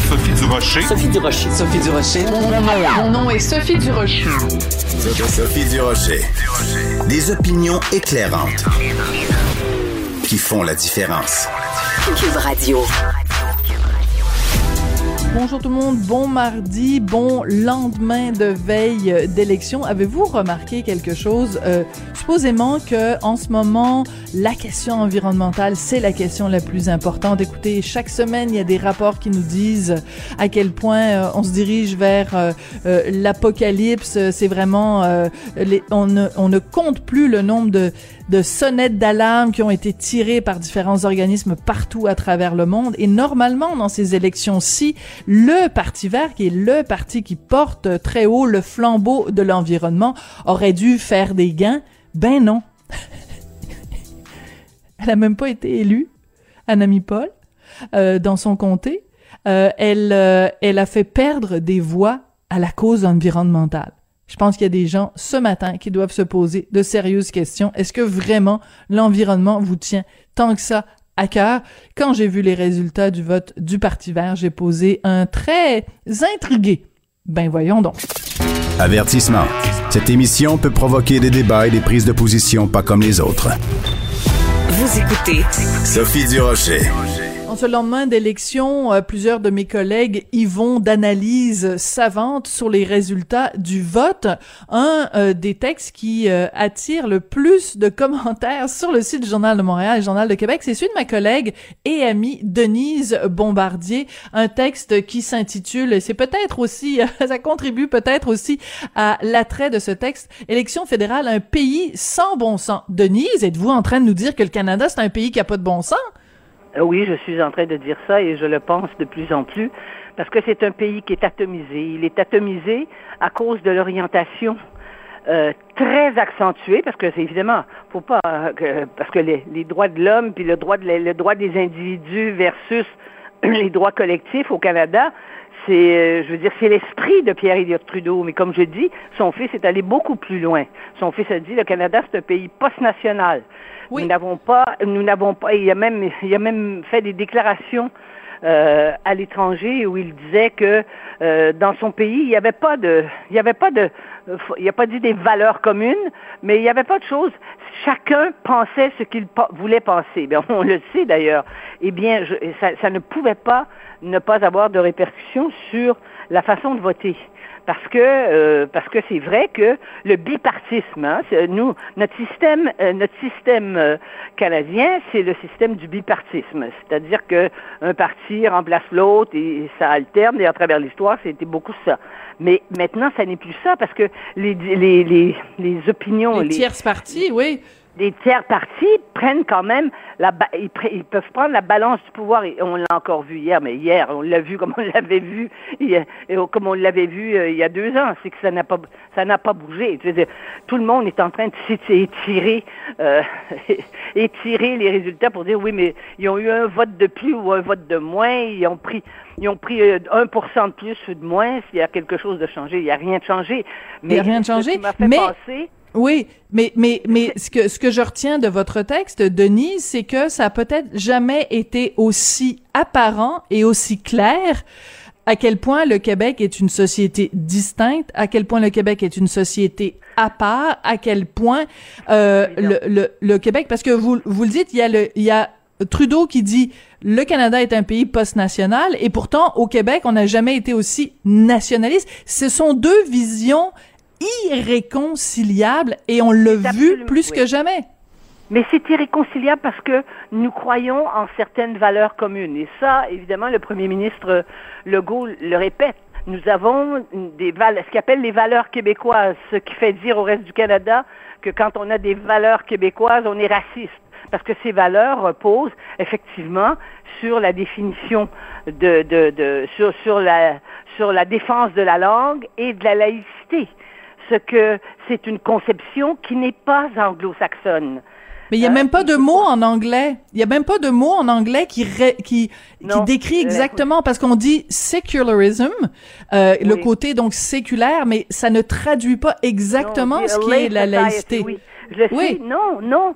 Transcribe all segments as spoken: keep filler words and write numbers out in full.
Sophie Durocher. Sophie Durocher. Sophie Durocher. Mon nom, mon nom est Sophie Durocher. Sophie Durocher. Des opinions éclairantes qui font la différence. Cube Radio. Bonjour tout le monde, bon mardi, bon lendemain de veille d'élection. Avez-vous remarqué quelque chose? Euh, supposément que en ce moment, la question environnementale, c'est la question la plus importante. Écoutez, chaque semaine, il y a des rapports qui nous disent à quel point euh, on se dirige vers euh, euh, l'apocalypse. C'est vraiment, euh, les, on, ne, on ne compte plus le nombre de de sonnettes d'alarme qui ont été tirées par différents organismes partout à travers le monde. Et normalement, dans ces élections-ci, le Parti vert, qui est le parti qui porte très haut le flambeau de l'environnement, aurait dû faire des gains. Ben non. Elle a même pas été élue, Annamie Paul, euh, dans son comté. Euh, elle, euh, elle a fait perdre des voix à la cause environnementale. Je pense qu'il y a des gens ce matin qui doivent se poser de sérieuses questions. Est-ce que vraiment l'environnement vous tient tant que ça à cœur? Quand j'ai vu les résultats du vote du Parti vert, j'ai posé un très intrigué. Ben voyons donc. Avertissement. Cette émission peut provoquer des débats et des prises de position pas comme les autres. Vous écoutez Sophie Durocher. En ce lendemain d'élection, euh, plusieurs de mes collègues y vont d'analyses savantes sur les résultats du vote. Un euh, des textes qui euh, attire le plus de commentaires sur le site du Journal de Montréal et Journal de Québec, c'est celui de ma collègue et amie Denise Bombardier. Un texte qui s'intitule, et c'est peut-être aussi, ça contribue peut-être aussi à l'attrait de ce texte, « Élection fédérale, un pays sans bon sens ». Denise, êtes-vous en train de nous dire que le Canada, c'est un pays qui a pas de bon sens? Oui, je suis en train de dire ça et je le pense de plus en plus parce que c'est un pays qui est atomisé. Il est atomisé à cause de l'orientation euh, très accentuée parce que c'est évidemment, faut pas euh, que, parce que les, les droits de l'homme puis le droit de le droit des individus versus les droits collectifs au Canada, c'est, euh, je veux dire, c'est l'esprit de Pierre Elliott Trudeau. Mais comme je dis, son fils est allé beaucoup plus loin. Son fils a dit le Canada c'est un pays post-national. Oui. Nous n'avons pas, nous n'avons pas. Il a même, il a même fait des déclarations euh, à l'étranger où il disait que euh, dans son pays, il n'y avait pas de, il n'y avait pas de, il n'a pas dit des valeurs communes, mais il n'y avait pas de choses. Chacun pensait ce qu'il pa- voulait penser. Bien, on le sait d'ailleurs. Eh bien, je, ça, ça ne pouvait pas ne pas avoir de répercussions sur la façon de voter. Parce que euh, parce que c'est vrai que le bipartisme, hein, c'est, nous notre système euh, notre système euh, canadien, c'est le système du bipartisme, c'est-à-dire que un parti remplace l'autre et ça alterne et à travers l'histoire, c'était beaucoup ça. Mais maintenant, ça n'est plus ça parce que les les les, les opinions, les tierces partis, oui. Les tiers partis prennent quand même la ba- ils, pr- ils peuvent prendre la balance du pouvoir et on l'a encore vu hier, mais hier on l'a vu comme on l'avait vu hier, et comme on l'avait vu euh, il y a deux ans, c'est que ça n'a pas ça n'a pas bougé. Je veux dire, tout le monde est en train de s'étirer euh, étirer les résultats pour dire oui mais ils ont eu un vote de plus ou un vote de moins, ils ont pris ils ont pris euh, un pour cent de plus ou de moins, s'il y a quelque chose de changé, il n'y a rien de changé. Mais il n'y a rien de changé, ce qui m'a fait mais penser, oui, mais mais mais ce que ce que je retiens de votre texte, Denise, c'est que ça a peut-être jamais été aussi apparent et aussi clair à quel point le Québec est une société distincte, à quel point le Québec est une société à part, à quel point euh, le, le le Québec, parce que vous vous le dites, il y a le il y a Trudeau qui dit le Canada est un pays post-national et pourtant au Québec on n'a jamais été aussi nationaliste. Ce sont deux visions irréconciliable et on l'a vu plus oui. que jamais. Mais c'est irréconciliable parce que nous croyons en certaines valeurs communes. Et ça, évidemment, le premier ministre Legault le répète. Nous avons des valeurs, ce qu'il appelle les valeurs québécoises, ce qui fait dire au reste du Canada que quand on a des valeurs québécoises, on est raciste. Parce que ces valeurs reposent effectivement sur la définition de, de, de sur, sur la, sur la défense de la langue et de la laïcité. Ce que c'est une conception qui n'est pas anglo-saxonne. Mais il y a hein? même pas de mots en anglais. Il y a même pas de mots en anglais qui ré, qui non, qui décrit exactement euh, parce qu'on dit secularism, euh, oui. le côté donc séculaire, mais ça ne traduit pas exactement non, ce qui est la laïcité. Oui, je le oui. sais. Non, non.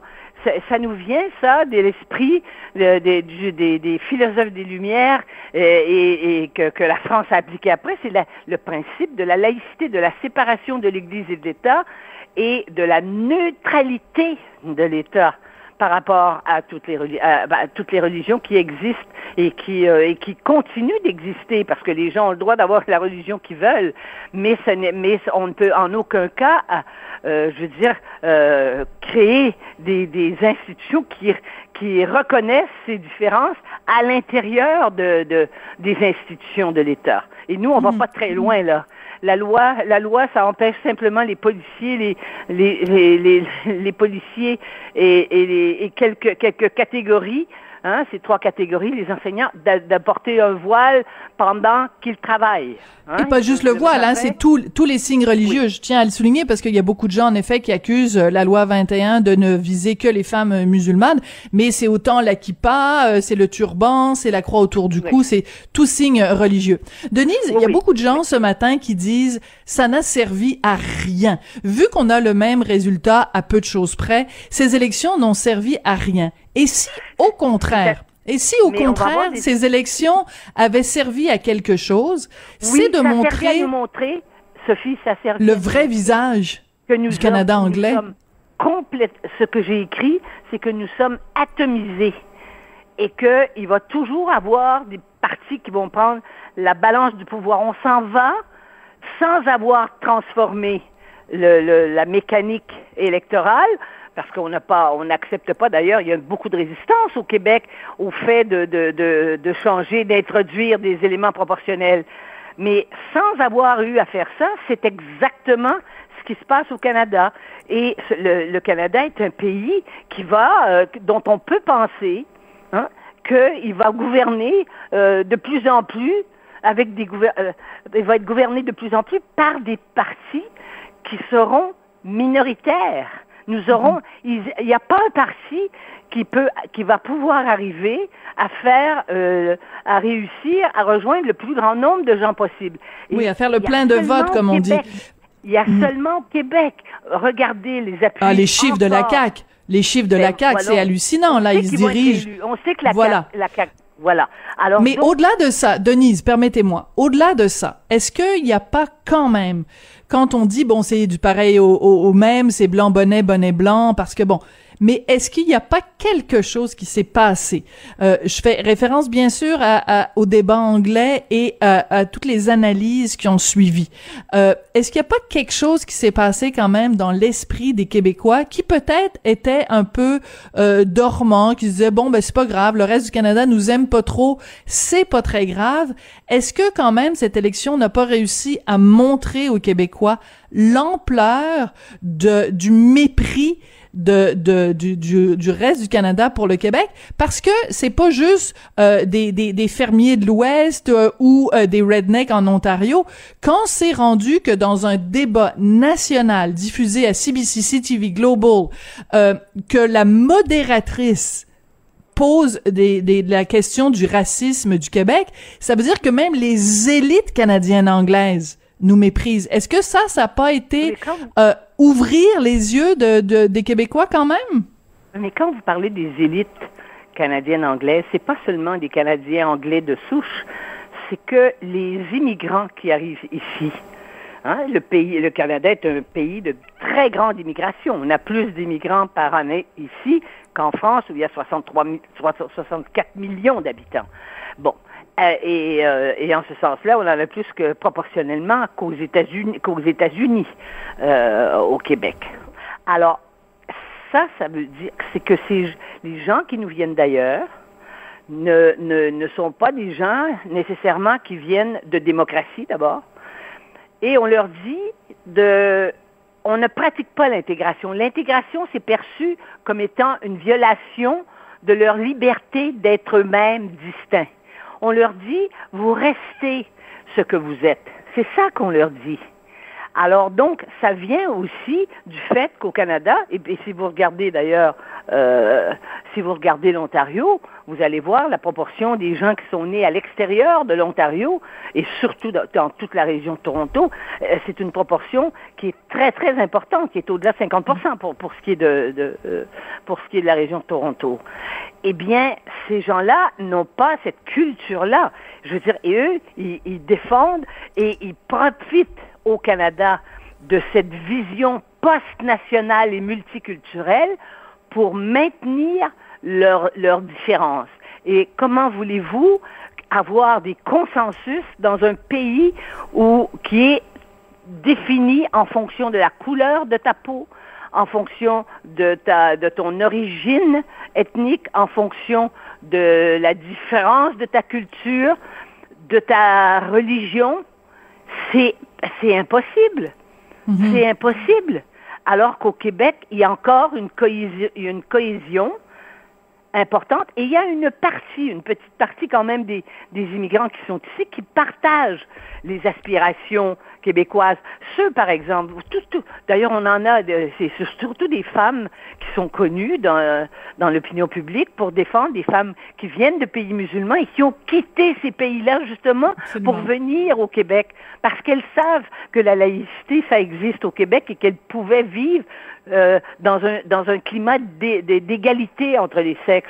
ça, ça nous vient, ça, de l'esprit de, de, de, des, des philosophes des Lumières euh, et, et que, que la France a appliqué après, c'est la, le principe de la laïcité, de la séparation de l'Église et de l'État et de la neutralité de l'État par rapport à toutes les, à, à toutes les religions qui existent et qui, euh, et qui continuent d'exister, parce que les gens ont le droit d'avoir la religion qu'ils veulent, mais, ce n'est, mais on ne peut en aucun cas, euh, je veux dire, euh, créer des, des institutions qui, qui reconnaissent ces différences à l'intérieur de, de, des institutions de l'État. Et nous, on ne va pas très loin, là. La loi, la loi, ça empêche simplement les policiers, les les les les, les policiers et, et, les, et quelques quelques catégories, hein, ces trois catégories, les enseignants, d'apporter un voile pendant qu'ils travaillent. Hein, et pas juste le voile, hein, c'est tous tous les signes religieux. Oui. Je tiens à le souligner parce qu'il y a beaucoup de gens, en effet, qui accusent la loi vingt et un de ne viser que les femmes musulmanes, mais c'est autant la kippa, c'est le turban, c'est la croix autour du cou, oui. C'est tout signe religieux. Denise, oui, il y a oui. beaucoup de gens ce matin qui disent « ça n'a servi à rien ». Vu qu'on a le même résultat à peu de choses près, ces élections n'ont servi à rien. Et si, au contraire... Et si, au Mais contraire, des... ces élections avaient servi à quelque chose, oui, c'est de ça montrer... à nous montrer, Sophie, ça servait le vrai visage que nous du Canada sommes, anglais. Nous sommes complète... Ce que j'ai écrit, c'est que nous sommes atomisés et qu'il va toujours avoir des partis qui vont prendre la balance du pouvoir. On s'en va sans avoir transformé le, le, la mécanique électorale, parce qu'on n'a pas, on n'accepte pas, d'ailleurs, il y a beaucoup de résistance au Québec au fait de, de, de, de changer, d'introduire des éléments proportionnels. Mais sans avoir eu à faire ça, c'est exactement ce qui se passe au Canada. Et le, le Canada est un pays qui va, euh, dont on peut penser, hein, qu'il va gouverner euh, de plus en plus avec des gouver- euh, il va être gouverné de plus en plus par des partis qui seront minoritaires. Nous aurons, il n'y a pas un parti qui peut, qui va pouvoir arriver à faire, euh, à réussir à rejoindre le plus grand nombre de gens possible. Et oui, à faire le plein de votes, comme on Québec, dit. Il y a mmh. seulement au Québec. Regardez les appuis. Ah, les chiffres de la C A Q. Les chiffres de ben, la C A Q, voilà. C'est hallucinant. Là, ils se dirigent. On sait que la voilà. C A Q, la C A Q, voilà. Alors, mais donc... au-delà de ça, Denise, permettez-moi, au-delà de ça, est-ce qu'il n'y a pas quand même, quand on dit, bon, c'est du pareil au, au, au même, c'est blanc, bonnet, bonnet, blanc, parce que bon, mais est-ce qu'il n'y a pas quelque chose qui s'est passé? Euh, je fais référence, bien sûr, à, à, au débat anglais et à, à toutes les analyses qui ont suivi. Euh, est-ce qu'il n'y a pas quelque chose qui s'est passé quand même dans l'esprit des Québécois qui peut-être était un peu euh, dormant, qui se disait, bon, ben c'est pas grave, le reste du Canada nous aime pas trop, c'est pas très grave. Est-ce que quand même cette élection n'a pas réussi à montrer aux Québécois l'ampleur de du mépris de, de du, du du reste du Canada pour le Québec, parce que c'est pas juste euh, des, des des fermiers de l'Ouest euh, ou euh, des rednecks en Ontario. Quand c'est rendu que dans un débat national diffusé à C B C C T V Global, euh, que la modératrice pose des, des, la question du racisme du Québec, ça veut dire que même les élites canadiennes anglaises nous méprisent. Est-ce que ça, ça n'a pas été euh, ouvrir les yeux de, de, des Québécois quand même? Mais quand vous parlez des élites canadiennes anglaises, c'est pas seulement des Canadiens anglais de souche, c'est que les immigrants qui arrivent ici, hein, le pays, le Canada est un pays de très grande immigration. On a plus d'immigrants par année ici qu'en France, où il y a soixante-trois, soixante-quatre millions d'habitants. Bon. Euh, et, euh, et en ce sens-là, on en a plus que proportionnellement qu'aux États-Unis, qu'aux États-Unis euh, au Québec. Alors, ça, ça veut dire c'est que ces, les gens qui nous viennent d'ailleurs ne, ne, ne sont pas des gens nécessairement qui viennent de démocratie d'abord. Et on leur dit de... On ne pratique pas l'intégration. L'intégration, c'est perçu comme étant une violation de leur liberté d'être eux-mêmes distincts. On leur dit, vous restez ce que vous êtes. C'est ça qu'on leur dit. Alors donc, ça vient aussi du fait qu'au Canada, et, et si vous regardez d'ailleurs, euh, si vous regardez l'Ontario, vous allez voir la proportion des gens qui sont nés à l'extérieur de l'Ontario, et surtout dans, dans toute la région de Toronto, euh, c'est une proportion qui est très, très importante, qui est au-delà de cinquante pour cent pour, pour, ce qui est de, de, euh, pour ce qui est de la région de Toronto. Eh bien, ces gens-là n'ont pas cette culture-là. Je veux dire, et eux, ils, ils défendent et ils profitent au Canada de cette vision post-nationale et multiculturelle pour maintenir leur, leur différence. Et comment voulez-vous avoir des consensus dans un pays où, qui est défini en fonction de la couleur de ta peau, en fonction de ta, de ton origine ethnique, en fonction de la différence de ta culture, de ta religion? C'est, c'est impossible. Mm-hmm. C'est impossible. Alors qu'au Québec, il y a encore une cohésion, une cohésion importante. Et il y a une partie, une petite partie quand même des, des immigrants qui sont ici, qui partagent les aspirations québécoises. Ceux, par exemple, tout, tout, d'ailleurs, on en a, de, c'est surtout des femmes qui sont connues dans, dans l'opinion publique pour défendre des femmes qui viennent de pays musulmans et qui ont quitté ces pays-là, justement, Absolument. Pour venir au Québec. Parce qu'elles savent que la laïcité, ça existe au Québec et qu'elles pouvaient vivre euh, dans un, dans un climat d'é, d'égalité entre les sexes.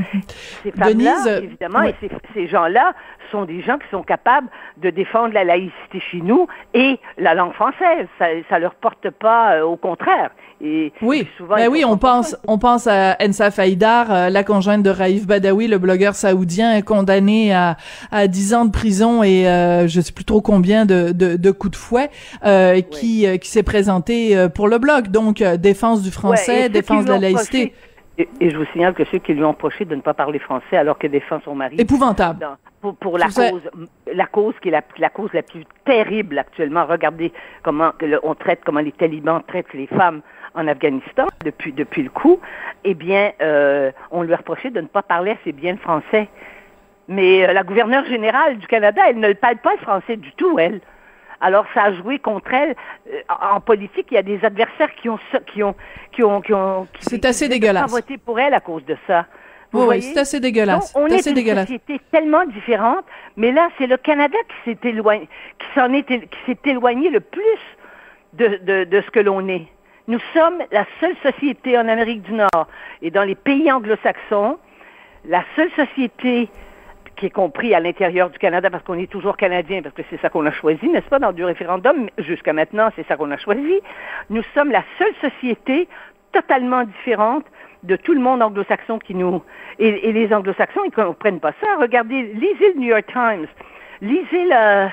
Ces femmes-là, Denise, évidemment, ouais. et ces, ces gens-là sont des gens qui sont capables de défendre la laïcité chez nous et la langue française. Ça, ça leur porte pas, euh, au contraire. Et, oui, et souvent, ben oui, on pense, on pense à Ensaf Haïdar, euh, la conjointe de Raif Badawi, le blogueur saoudien condamné à, à dix ans de prison et euh, je sais plus trop combien de, de, de coups de fouet, euh, oui. qui, euh, qui s'est présenté euh, pour le blog. Donc, euh, défense du français, ouais, défense de la laïcité. Et, et je vous signale que ceux qui lui ont reproché de ne pas parler français alors qu'elle défend son mari. Épouvantable. Dans, pour, pour la cause, la cause qui est la, la cause la plus terrible actuellement. Regardez comment le, on traite, comment les talibans traitent les femmes en Afghanistan depuis depuis le coup. Eh bien, euh, on lui a reproché de ne pas parler assez bien le français. Mais euh, la gouverneure générale du Canada, elle ne parle pas le français du tout, elle. Alors, ça a joué contre elle. En politique, il y a des adversaires qui ont, qui ont, qui ont, qui ont. Qui, c'est assez qui dégueulasse. Qui ont voté pour elle à cause de ça. Vous oui, c'est assez dégueulasse. Donc, on c'est est assez une dégueulasse. société tellement différente, mais là, c'est le Canada qui s'est éloigné, qui s'en est, qui s'est éloigné le plus de, de, de ce que l'on est. Nous sommes la seule société en Amérique du Nord et dans les pays anglo-saxons, la seule société qui est compris à l'intérieur du Canada, parce qu'on est toujours Canadien, parce que c'est ça qu'on a choisi, n'est-ce pas, dans du référendum, jusqu'à maintenant, c'est ça qu'on a choisi. Nous sommes la seule société totalement différente de tout le monde anglo-saxon qui nous... Et, et les anglo-saxons, ils ne comprennent pas ça. Regardez, lisez le New York Times, lisez, le,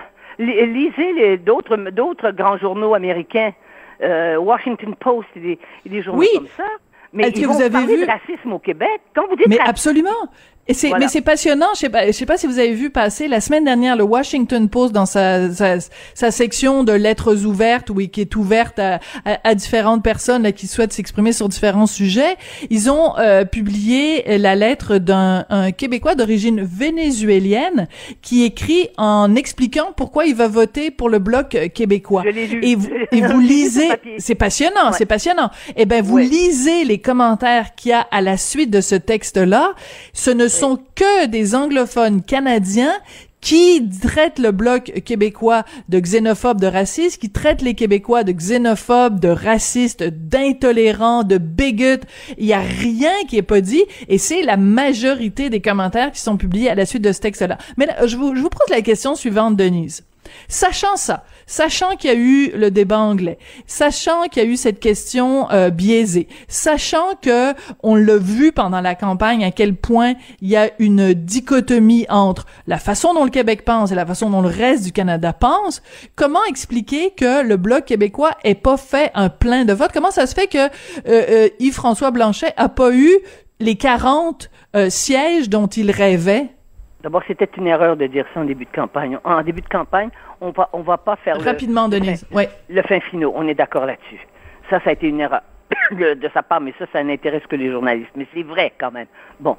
lisez les, d'autres, d'autres grands journaux américains, euh, Washington Post et des, et des journaux oui. comme ça. Mais Est-ce ils que vont vous avez parler vu... de racisme au Québec. Quand vous dites Mais racisme, absolument. Et c'est, voilà. Mais c'est passionnant. Je sais pas, je sais pas si vous avez vu passer la semaine dernière le Washington Post dans sa sa, sa section de lettres ouvertes, oui, qui est ouverte à, à, à différentes personnes là, qui souhaitent s'exprimer sur différents sujets. Ils ont euh, publié la lettre d'un un Québécois d'origine vénézuélienne qui écrit en expliquant pourquoi il va voter pour le Bloc québécois. Je l'ai lu. Et vous, et vous lisez, c'est passionnant, ouais. c'est passionnant. Eh ben, vous ouais. lisez les commentaires qu'il y a à la suite de ce texte-là. Ce ne sont que des anglophones canadiens qui traitent le Bloc québécois de xénophobe, de raciste, qui traitent les Québécois de xénophobes, de racistes, d'intolérants, de bigots. Il y a rien qui est pas dit, et c'est la majorité des commentaires qui sont publiés à la suite de ce texte-là. Mais là, je vous, je vous pose la question suivante, Denise. Sachant ça, sachant qu'il y a eu le débat anglais, sachant qu'il y a eu cette question euh, biaisée, sachant que on l'a vu pendant la campagne à quel point il y a une dichotomie entre la façon dont le Québec pense et la façon dont le reste du Canada pense, comment expliquer que le Bloc québécois ait pas fait un plein de votes? Comment ça se fait que euh, euh, Yves-François Blanchet a pas eu les quarante euh, sièges dont il rêvait? D'abord, c'était une erreur de dire ça en début de campagne. En début de campagne, on va, on va pas faire rapidement, le, Denise. Le fin, ouais. le fin finaux. On est d'accord là-dessus. Ça, ça a été une erreur de, de sa part, mais ça, ça n'intéresse que les journalistes. Mais c'est vrai quand même. Bon.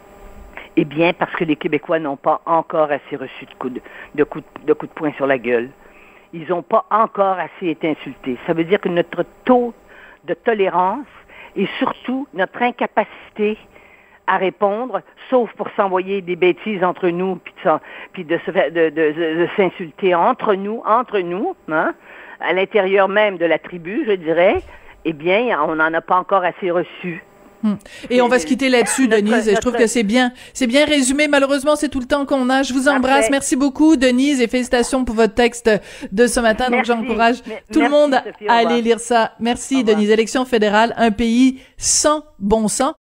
Eh bien, parce que les Québécois n'ont pas encore assez reçu de coups de, de, coups de, de coups de poing sur la gueule. ils n'ont pas encore assez été insultés. Ça veut dire que notre taux de tolérance et surtout notre incapacité à répondre, sauf pour s'envoyer des bêtises entre nous, puis de, puis de, se, de, de, de, de s'insulter entre nous, entre nous, hein, à l'intérieur même de la tribu, je dirais, eh bien, on n'en a pas encore assez reçu. Hum. Et on va se quitter là-dessus, Denise. Notre, je trouve notre... que c'est bien, c'est bien résumé. Malheureusement, c'est tout le temps qu'on a. Je vous embrasse. Parfait. Merci beaucoup, Denise, et félicitations pour votre texte de ce matin. Merci. Donc, j'encourage M- tout merci, le monde Sophie, à aller lire ça. Merci, Denise. Élection fédérale, un pays sans bon sens.